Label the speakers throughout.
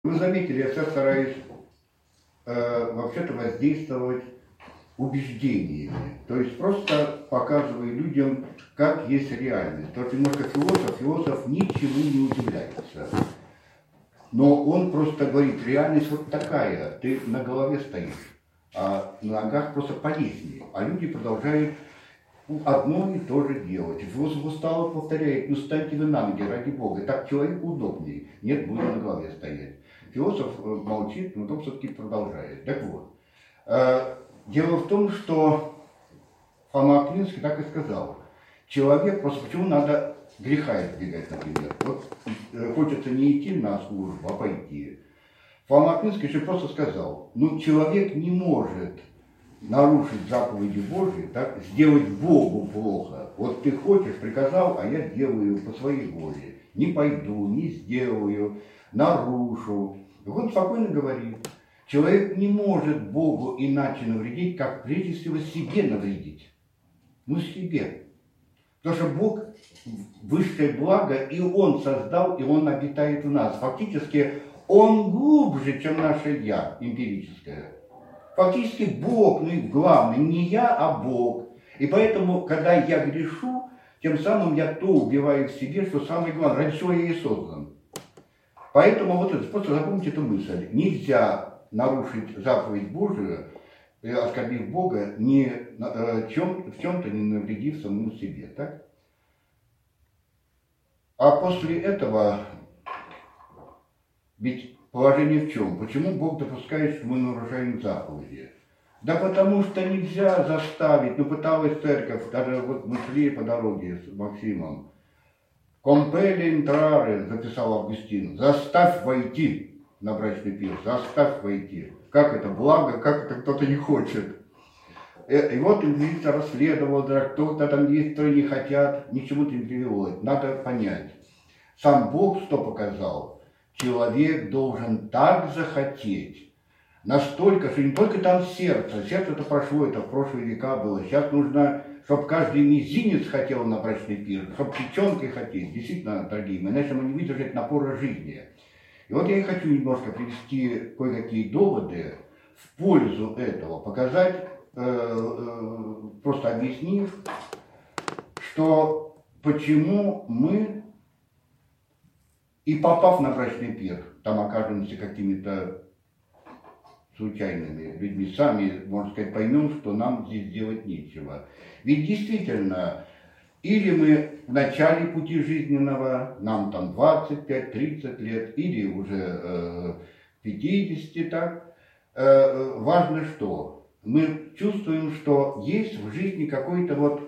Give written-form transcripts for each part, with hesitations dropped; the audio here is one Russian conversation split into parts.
Speaker 1: Вы заметили, я сейчас стараюсь вообще-то воздействовать убеждениями. То есть просто показываю людям, как есть реальность. Тот немножко философ ничему не удивляется. Но он просто говорит, реальность вот такая, ты на голове стоишь, а на ногах просто полезнее. А люди продолжают одно и то же делать. Философ устало повторяет, ну станьте вы на ноги, ради Бога. Так человеку удобнее. Нет, будет на голове стоять. Философ молчит, но потом все-таки продолжает. Так вот. Дело в том, что Фома Аквинский так и сказал. Человек, просто почему надо греха избегать, например. Вот хочется не идти на службу, а пойти. Фома Аквинский еще просто сказал, ну человек не может нарушить заповеди Божьи, так, сделать Богу плохо. Вот ты хочешь, приказал, а я делаю по своей воле. Не пойду, не сделаю, нарушу. И он спокойно говорит, человек не может Богу иначе навредить, как прежде всего себе навредить. Ну, себе. Потому что Бог – высшее благо, и Он создал, и Он обитает в нас. Фактически, Он глубже, чем наше «я» эмпирическое. Фактически Бог, ну и главное, не я, а Бог. И поэтому, когда я грешу, тем самым я то убиваю в себе, что самое главное, ради чего я и создан. Поэтому вот это, просто запомните эту мысль. Нельзя нарушить заповедь Божию, оскорбив Бога, в чем-то не навредив самому себе. Так? А после этого, ведь положение в чем? Почему Бог допускает, что мы нарушаем заповеди? Да потому что нельзя заставить, ну пыталась церковь, даже вот мы шли по дороге с Максимом, «Компелли интраре», записал Августин, «заставь войти на брачный пир, заставь войти». Как это благо, как это кто-то не хочет. И вот инквизитор расследовал, да, кто-то там есть, кто не хотят, ни к чему-то не привело. Надо понять. Сам Бог что показал? Человек должен так захотеть, настолько, что не только там сердце это прошло, это в прошлые века было. Сейчас нужно, чтобы каждый мизинец хотел на брачный пир, чтобы печенкой хотеть, действительно, дорогие мои, иначе мы не выдержать напора жизни. И вот я и хочу немножко привести кое-какие доводы в пользу этого, показать, просто объяснив, что почему мы, и попав на брачный пир, там окажемся какими-то случайными людьми, сами, можно сказать, поймем, что нам здесь делать нечего. Ведь действительно, или мы в начале пути жизненного, нам там 25-30 лет, или уже 50, так, важно что? Мы чувствуем, что есть в жизни какой-то вот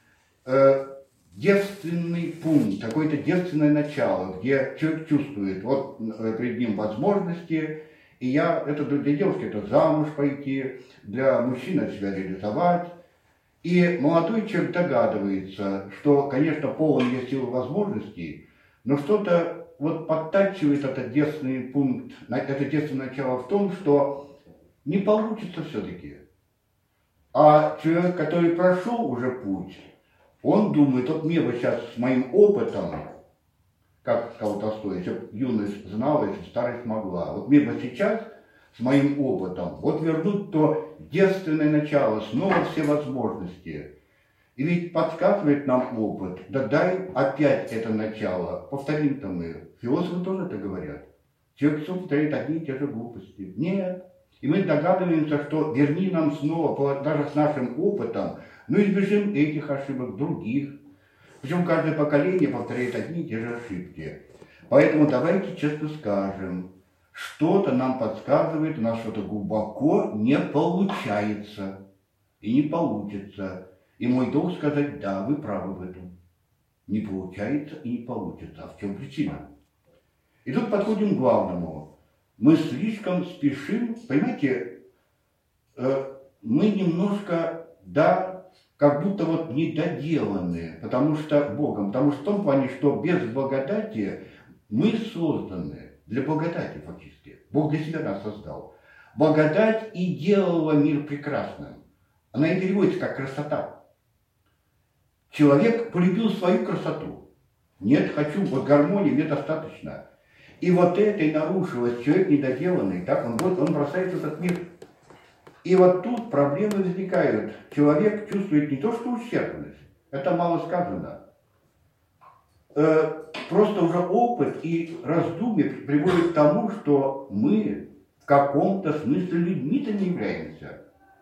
Speaker 1: девственный пункт, какое-то девственное начало, где человек чувствует, вот перед ним возможности, и это для девушки это замуж пойти, для мужчины себя реализовать. И молодой человек догадывается, что, конечно, полон есть силы возможностей, но что-то вот подтачивает этот девственный пункт, это девственное начало в том, что не получится все-таки. А человек, который прошел уже путь, он думает, вот мне вот сейчас с моим опытом, как сказал Толстой, если бы юность знала, если старость могла, вот мне бы сейчас с моим опытом, вот вернуть то девственное начало, снова все возможности. И ведь подсказывает нам опыт, да дай опять это начало. Повторим-то мы. Философы тоже это говорят. Человек все повторяет одни и те же глупости. Нет. И мы догадываемся, что верни нам снова, даже с нашим опытом, но избежим этих ошибок, других. Причем каждое поколение повторяет одни и те же ошибки. Поэтому давайте честно скажем, что-то нам подсказывает, у нас что-то глубоко не получается. И не получится. И мой долг сказать, да, вы правы в этом. Не получается и не получится. А в чем причина? И тут подходим к главному. Мы слишком спешим, понимаете, мы немножко, да, как будто вот недоделанные, потому что Богом, потому что в том плане, что без благодати мы созданы для благодати фактически. Бог для себя нас создал. Благодать и делала мир прекрасным. Она и переводится как красота. Человек полюбил свою красоту. Нет, хочу, вот гармонии мне достаточно. И вот это и нарушилось, человек недоделанный, так он бросается в этот мир. И вот тут проблемы возникают. Человек чувствует не то, что ущербность, это мало сказано. Просто уже опыт и раздумье приводят к тому, что мы в каком-то смысле людьми-то не являемся.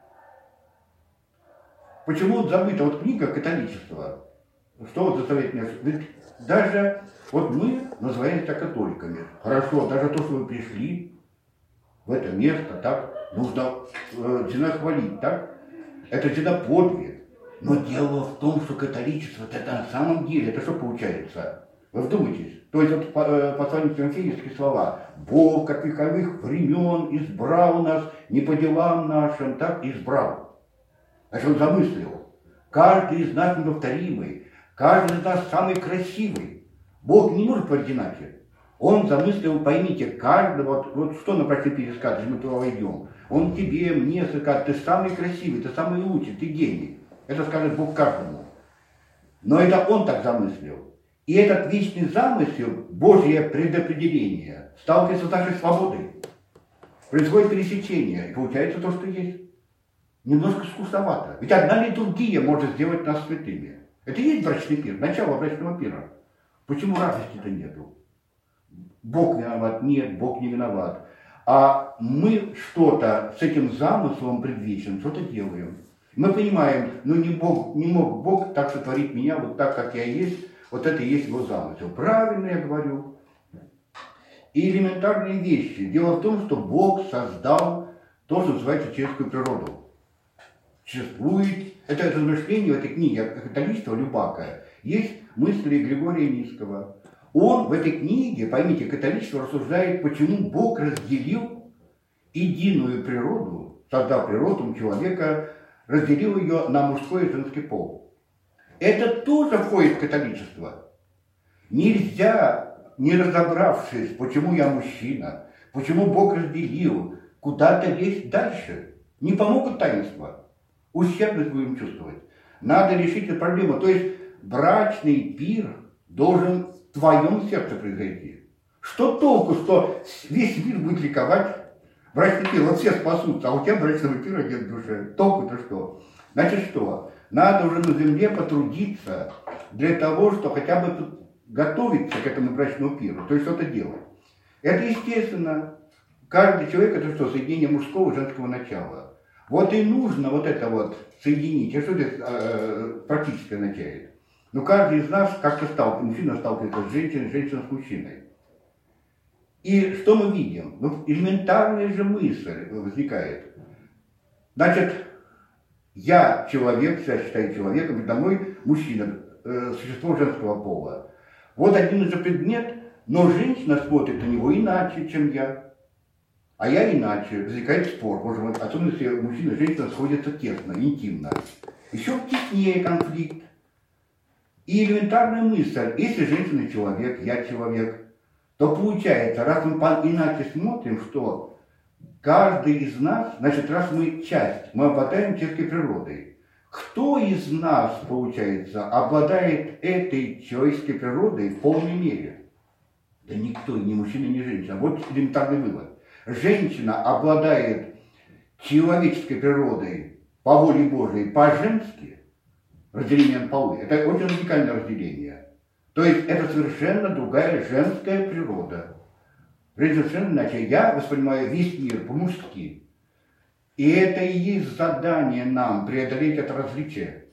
Speaker 1: Почему вот забыта вот книга «Католичество»? Что вот заставляет меня? Ведь даже вот мы называемся католиками. Хорошо, даже то, что вы пришли в это место, так, нужно всегда хвалить, так? Это всегда подвиг. Но дело в том, что католичество, это на самом деле, это что получается? Вы вдумайтесь. То есть вот послание Тимофеевские слова. Бог от вековых времен избрал нас не по делам нашим, так избрал. Значит, он замыслил. Каждый из нас неповторимый, каждый из нас самый красивый. Бог не может творить иначе. Он замыслил, поймите, каждого, вот что на Брачном пире скажет, мы туда войдем. Он тебе, мне скажет, ты самый красивый, ты самый лучший, ты гений. Это скажет Бог каждому. Но это он так замыслил. И этот вечный замысел, Божье предопределение, сталкивается с нашей свободой. Происходит пересечение, и получается то, что есть. Немножко скучновато. Ведь одна литургия может сделать нас святыми. Это и есть брачный пир, начало брачного пира. Почему радости-то нету? Бог виноват? Нет, Бог не виноват. А мы что-то с этим замыслом предвечным, что-то делаем. Мы понимаем, ну не мог Бог так сотворить меня вот так, как я есть, вот это и есть его замысел. Правильно я говорю. И элементарные вещи. Дело в том, что Бог создал то, что называется человеческую природу. Существует, это размышление в этой книге «Католичество» Любака, есть мысли Григория Низкого. Он в этой книге, поймите, католичество рассуждает, почему Бог разделил единую природу, создав природу человека, разделил ее на мужской и женский пол. Это тоже входит в католичество. Нельзя, не разобравшись, почему я мужчина, почему Бог разделил, куда-то лезть дальше. Не помогут таинства. Ущербность будем чувствовать. Надо решить эту проблему. То есть брачный пир должен в твоем сердце произойти. Что толку, что весь мир будет ликовать? Брачный пир, вот все спасутся, а у тебя брачного пира нет в душе. Толку-то что? Значит что? Надо уже на земле потрудиться для того, чтобы хотя бы готовиться к этому брачному пиру, то есть что-то делать. Это естественно. Каждый человек это что? Соединение мужского и женского начала. Вот и нужно вот это вот соединить. А что это практически означает? Ну, каждый из нас как-то сталкивается, мужчина сталкивается с женщиной, женщина с мужчиной. И что мы видим? Ну, элементарная же мысль возникает. Значит, я человек, себя считаю человеком, передо мной мужчина, существо женского пола. Вот один и же предмет, но женщина смотрит на него иначе, чем я. А я иначе. Возникает спор. Может быть, особенно если мужчина и женщина сходятся тесно, интимно. Еще теснее конфликт. И элементарная мысль, если женщина человек, я человек, то получается, раз мы иначе смотрим, что каждый из нас, значит, раз мы часть, мы обладаем человеческой природой. Кто из нас, получается, обладает этой человеческой природой в полной мере? Да никто, ни мужчина, ни женщина. Вот элементарный вывод. Женщина обладает человеческой природой по воле Божией по-женски, разделение на полы. Это очень радикальное разделение. То есть это совершенно другая женская природа. Совершенно иначе. Я воспринимаю весь мир по-мужски. И это и есть задание нам преодолеть это различие.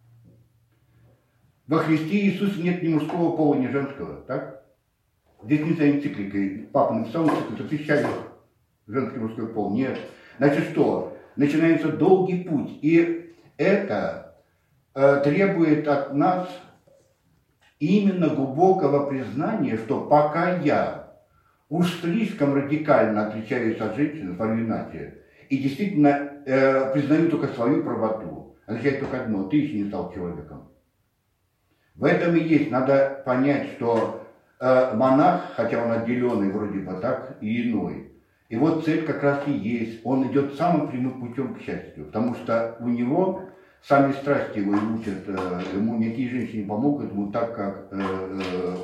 Speaker 1: Во Христе Иисусе нет ни мужского пола, ни женского. Так? Здесь не за энцикликой. Папа написал энциклику, запрещали женский мужской пол. Нет. Значит что? Начинается долгий путь. И это требует от нас именно глубокого признания, что пока я уж слишком радикально отличаюсь от женщины, смотрю иначе, и действительно признаю только свою правоту, означает только одно: ты еще не стал человеком. В этом и есть. Надо понять, что монах, хотя он отделенный вроде бы так, и иной. И вот цель как раз и есть. Он идет самым прямым путем к счастью, потому что у него сами страсти его учат, ему никакие женщины не помогут ему так, как он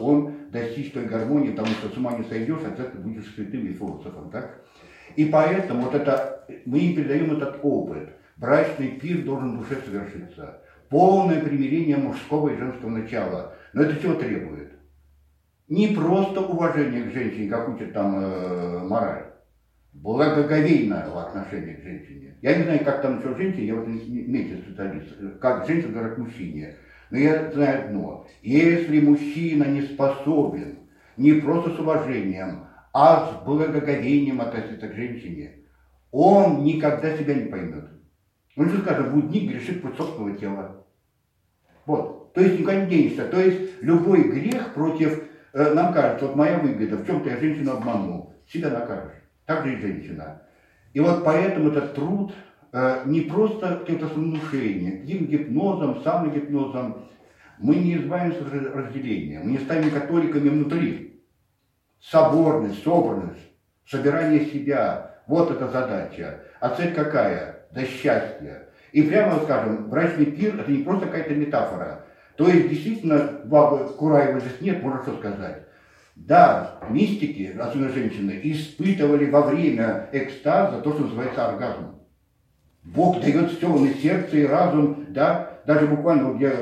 Speaker 1: достичь той гармонии, потому что с ума не сойдешь, а ты будешь святым и философом, так? И поэтому вот это, мы им передаем этот опыт. Брачный пир должен в душе совершиться. Полное примирение мужского и женского начала. Но это чего требует? Не просто уважение к женщине, как учат там мораль. Благоговейного отношения к женщине. Я не знаю, как там еще женщине, я вот не меньше специалист, как женщина говорит к мужчине. Но я знаю одно. Если мужчина не способен не просто с уважением, а с благоговением относиться к женщине, он никогда себя не поймет. Он же, скажем, будник грешит против собственного тела. Вот. То есть никуда не денешься. То есть любой грех против, нам кажется, вот моя выгода, в чем-то я женщину обманул, себя накажешь. Так же и женщина. И вот поэтому этот труд не просто каким-то внушением, каким гипнозом, самогипнозом. Мы не избавимся от разделения, мы не станем католиками внутри. Соборность, собранность, собирание себя, вот эта задача. А цель какая? До счастья. И прямо скажем, брачный пир это не просто какая-то метафора. То есть действительно, бабы Кураева здесь нет, можно что сказать. Да, мистики, особенно женщины, испытывали во время экстаза то, что называется оргазм. Бог дает все и сердце, и разум, да, даже буквально, вот я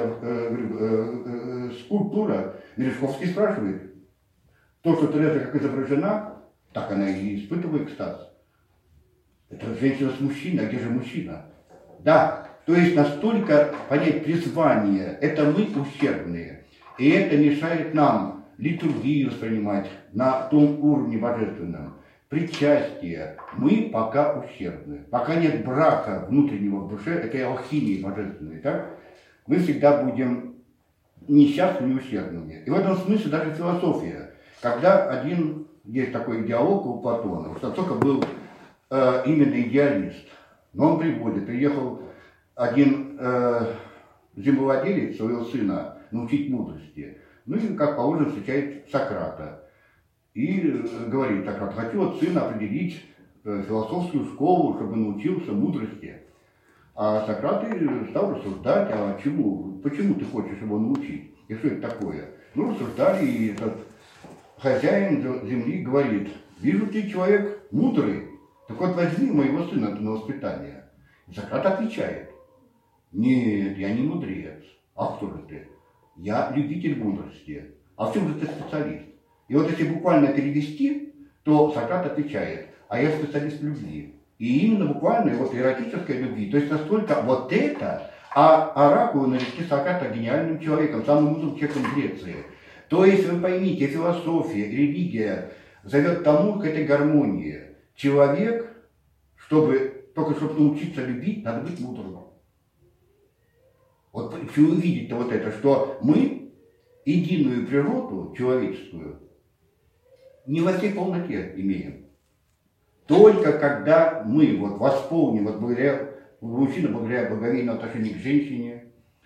Speaker 1: скульптура, Мережковский спрашивает, то, что Тереза как изображена, так она и испытывает экстаз. Это женщина с мужчиной, а где же мужчина? Да, то есть настолько понять призвание, это мы ущербные, и это мешает нам литургию воспринимать на том уровне божественном. Причастие. Мы пока ущербны. Пока нет брака внутреннего в душе, этой алхимии божественной, так? Мы всегда будем несчастными и ущербными. И в этом смысле даже философия. Когда есть такой диалог у Платона, что только был именно идеалист, но он приехал один землевладелец своего сына научить мудрости. Ну и, как положено, встречает Сократа. И говорит Сократ, хочу от сына определить философскую школу, чтобы научился мудрости. А Сократ стал рассуждать, а почему ты хочешь его научить? И что это такое? Ну, рассуждали, и этот хозяин земли говорит, вижу, ты человек мудрый, так вот возьми моего сына на воспитание. И Сократ отвечает, нет, я не мудрец. А кто же ты? Я любитель мудрости. А в чем же ты специалист? И вот если буквально перевести, то Сократ отвечает, а я специалист в любви. И именно буквально вот эротической любви. То есть настолько вот это, а Оракул нарекли Сократа гениальным человеком, самым мудрым человеком Греции. То есть вы поймите, философия, религия зовет тому к этой гармонии. Человек, чтобы научиться любить, надо быть мудрым. Вот если увидите вот это, что мы единую природу человеческую не во всей полноте имеем. Только когда мы вот восполним, вот мужчина благодаря благовейному отношению к женщине,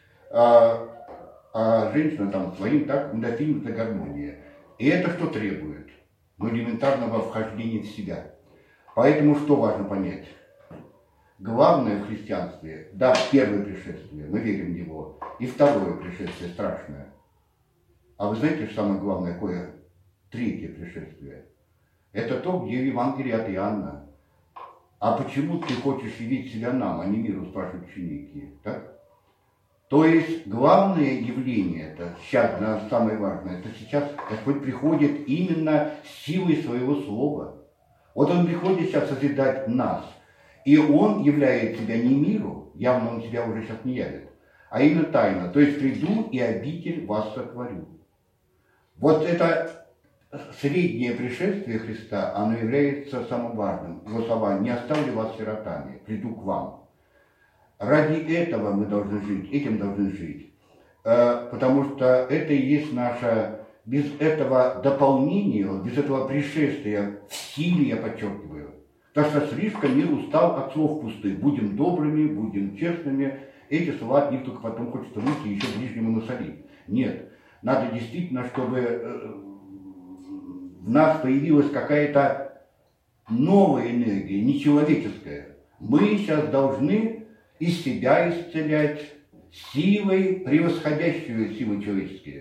Speaker 1: а женщина там своим, так мы достигнем этой гармонии. И это что требует? Ну, элементарного вхождения в себя. Поэтому что важно понять? Главное в христианстве, да, первое пришествие, мы верим в него, и второе пришествие страшное. А вы знаете, что самое главное, какое третье пришествие? Это то, где в Евангелии от Иоанна. А почему ты хочешь явить себя нам, а не миру, спрашивают ученики, так? То есть главное явление, это сейчас для нас самое важное, это сейчас Господь приходит именно силой своего слова. Вот Он приходит сейчас созидать нас. И Он являет себя не миру, явно Он себя уже сейчас не явит, а именно тайно. То есть приду и обитель вас сотворю. Вот это среднее пришествие Христа, оно является самым важным. Его слова «не оставлю вас сиротами, приду к вам». Ради этого мы должны жить, этим должны жить. Потому что это и есть наше, без этого дополнения, без этого пришествия в силе, я подчеркиваю. Потому что слишком мир устал от слов пустых. Будем добрыми, будем честными. Эти слова от них только потом хочется выйти и еще ближнему насолить. Нет. Надо действительно, чтобы в нас появилась какая-то новая энергия, нечеловеческая. Мы сейчас должны из себя исцелять силой, превосходящую силы человеческие.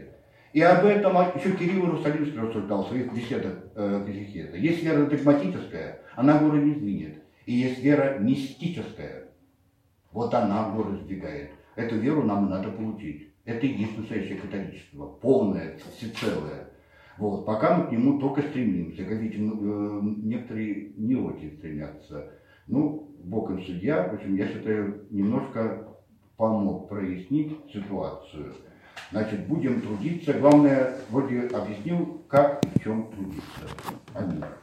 Speaker 1: И об этом еще Кирилл Иерусалимский рассуждал в своих беседах катехиза. Есть вера догматическая, она горы не сдвинет. И есть вера мистическая. Вот она горы сдвигает. Эту веру нам надо получить. Это и есть настоящее католичество. Полное, всецелое. Вот. Пока мы к нему только стремимся. Как видите, некоторые не очень стремятся. Ну, Бог им судья. В общем, я считаю, немножко помог прояснить ситуацию. Значит, будем трудиться. Главное, вроде объяснил, как и в чем трудиться. Аминь.